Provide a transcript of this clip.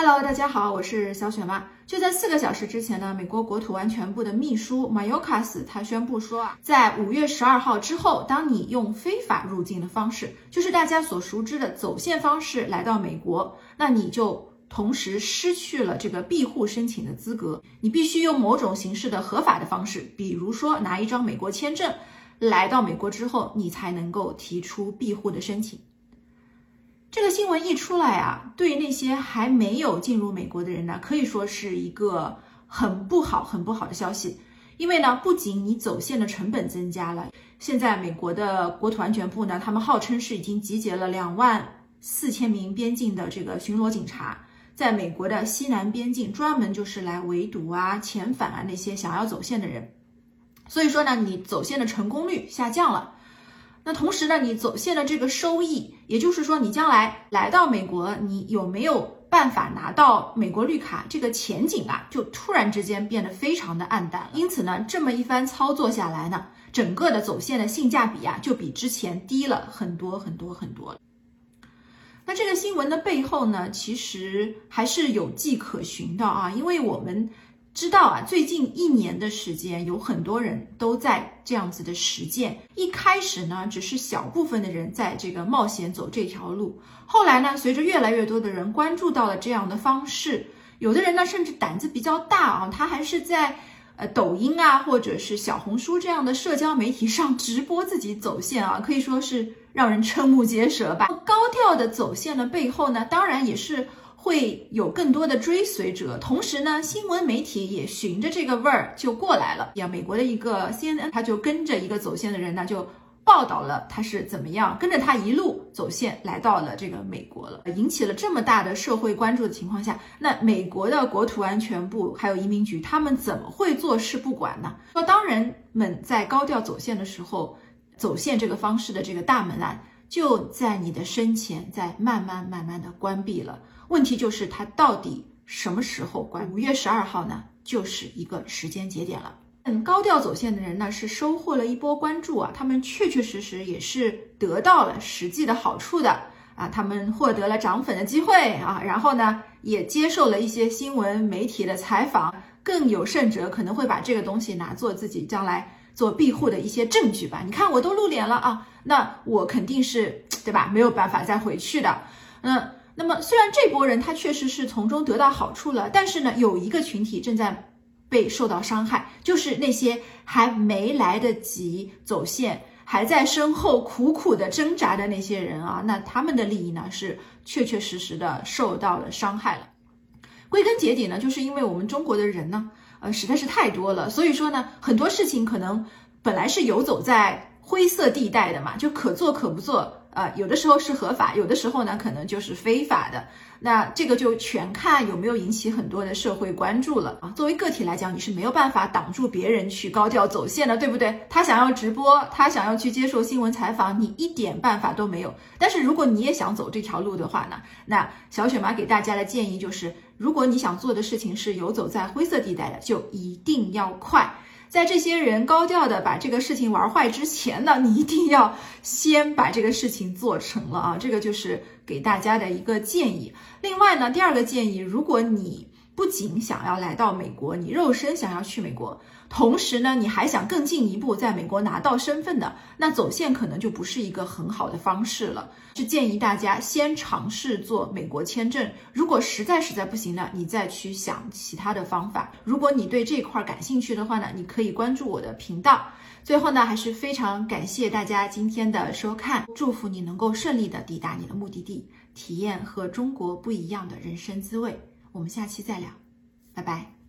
Hello， 大家好，我是小雪妈。就在4个小时之前呢，美国国土安全部的秘书 Mayorkas 他宣布说在5月12号之后，当你用非法入境的方式，就是大家所熟知的走线方式来到美国，那你就同时失去了这个庇护申请的资格。你必须用某种形式的合法的方式，比如说拿一张美国签证，来到美国之后，你才能够提出庇护的申请。这个新闻一出来啊，对那些还没有进入美国的人呢，可以说是一个很不好的消息。因为呢，不仅你走线的成本增加了，现在美国的国土安全部呢，他们号称是已经集结了24000名边境的这个巡逻警察，在美国的西南边境专门就是来围堵啊、遣返啊那些想要走线的人。所以说呢，你走线的成功率下降了。那同时呢，你走线的这个收益，也就是说你将来来到美国，你有没有办法拿到美国绿卡，这个前景啊，就突然之间变得非常的暗淡。因此呢，这么一番操作下来呢，整个的走线的性价比啊，就比之前低了很多。那这个新闻的背后呢，其实还是有迹可循的啊，因为我们知道啊，最近1年的时间，有很多人都在这样子的实践。一开始呢，只是小部分的人在这个冒险走这条路，后来呢，随着越来越多的人关注到了这样的方式，有的人呢，甚至胆子比较大啊，他还是在抖音啊，或者是小红书这样的社交媒体上直播自己走线啊，可以说是让人瞠目结舌吧。高调的走线的背后呢，当然也是会有更多的追随者，同时呢，新闻媒体也循着这个味儿就过来了。美国的一个 CNN， 他就跟着一个走线的人呢，就报道了他是怎么样跟着他一路走线来到了这个美国了，引起了这么大的社会关注的情况下，那美国的国土安全部还有移民局，他们怎么会坐视不管呢？说当人们在高调走线的时候，走线这个方式的这个大门啊，就在你的身前在慢慢的关闭了。问题就是它到底什么时候关？5月12号呢，就是一个时间节点了。高调走线的人呢，是收获了一波关注啊，他们确实也是得到了实际的好处的啊，他们获得了涨粉的机会啊，然后呢，也接受了一些新闻媒体的采访，更有甚者可能会把这个东西拿做自己将来做庇护的一些证据吧。你看我都露脸了啊，那我肯定是对吧，没有办法再回去的。那么虽然这波人他确实是从中得到好处了，但是呢，有一个群体正在被受到伤害，就是那些还没来得及走线，还在身后苦的挣扎的那些人啊，那他们的利益呢是确实的受到了伤害了。归根结底呢，就是因为我们中国的人呢，实在是太多了，所以说呢，很多事情可能本来是游走在灰色地带的嘛，就可做可不做。有的时候是合法，有的时候呢可能就是非法的，那这个就全看有没有引起很多的社会关注了啊。作为个体来讲，你是没有办法挡住别人去高调走线的，对不对？他想要直播，他想要去接受新闻采访，你一点办法都没有。但是如果你也想走这条路的话呢，那小雪妈给大家的建议就是，如果你想做的事情是游走在灰色地带的，就一定要快。在这些人高调的把这个事情玩坏之前呢，你一定要先把这个事情做成了啊！这个就是给大家的一个建议。另外呢，第二个建议，如果你不仅想要来到美国，你肉身想要去美国，同时呢，你还想更进一步在美国拿到身份的，那走线可能就不是一个很好的方式了。是建议大家先尝试做美国签证，如果实在不行呢，你再去想其他的方法。如果你对这块感兴趣的话呢，你可以关注我的频道。最后呢，还是非常感谢大家今天的收看，祝福你能够顺利的抵达你的目的地，体验和中国不一样的人生滋味。我们下期再聊，拜拜。